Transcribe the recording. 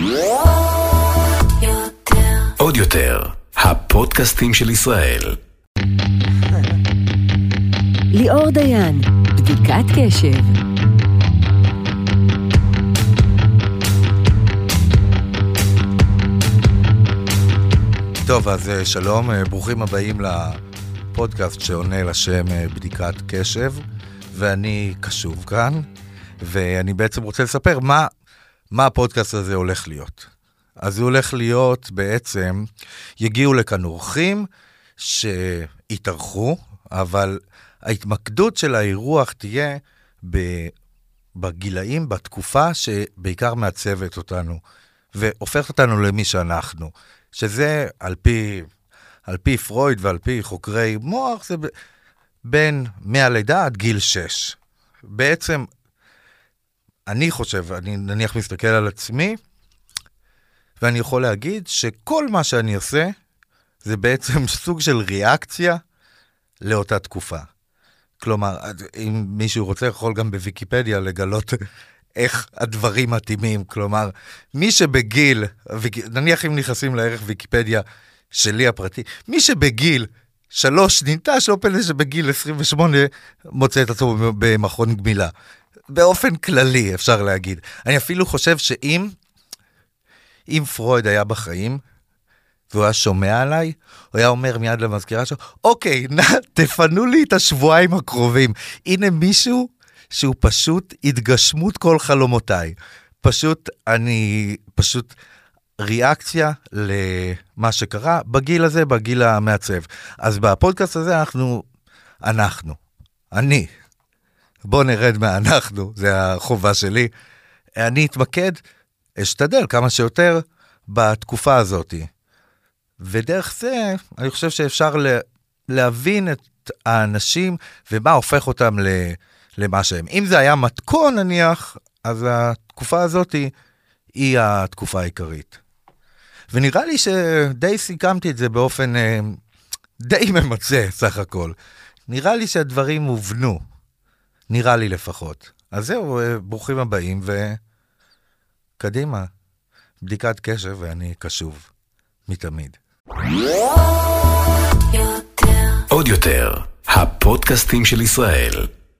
עוד יותר, הפודקאסטים של ישראל. ליאור דיין, בדיקת קשב. טוב, אז שלום, ברוכים הבאים לפודקאסט שעונה לשם בדיקת קשב, ואני קשוב כאן, ואני בעצם רוצה לספר מה הפודקאסט הזה הולך להיות. אז הוא הולך להיות בעצם, יגיעו לכאן אורחים שיתארחו, אבל ההתמקדות של האירוח תהיה בגילאים, בתקופה שבעיקר מעצבת אותנו, והופכת אותנו למי שאנחנו. שזה על פי פרויד ועל פי חוקרי מוח, זה בין מהלידה עד גיל 6. בעצם, אני חושב, אני נניח מסתכל על עצמי, ואני יכול להגיד שכל מה שאני עושה, זה בעצם סוג של ריאקציה לאותה תקופה. כלומר, אם מישהו רוצה, יכול גם בוויקיפדיה לגלות איך הדברים מתאימים. כלומר, מי שבגיל, נניח אם נכנסים לערך ויקיפדיה שלי הפרטי, מי שבגיל 3 נינטש, לא פלא שבגיל 28 מוצא את עצמו במכון גמילה. באופן כללי, אפשר להגיד. אני אפילו חושב שאם פרויד היה בחיים, והוא היה שומע עליי, הוא היה אומר מיד למזכירה שלו, אוקיי, תפנו לי את השבועיים הקרובים. הנה מישהו שהוא פשוט התגשמות כל חלומותיי. פשוט ריאקציה למה שקרה בגיל הזה, בגיל המעצב. אז בפודקאסט הזה אני, בוא נרד מהאנחנו, זה החובה שלי. אני אשתדל כמה שיותר בתקופה הזאת. ודרך זה, אני חושב שאפשר להבין את האנשים, ומה הופך אותם למה שהם. אם זה היה מתכון, נניח, אז התקופה הזאת היא התקופה העיקרית. ונראה לי שדי סיכמתי את זה באופן די ממצא, סך הכל. נראה לי שהדברים הובנו. נראה לי לפחות. אז זהו, ברוכים הבאים, וקדימה. בדיקת קשב, ואני קשוב. מתמיד. עוד יותר, הפודקאסטים של ישראל.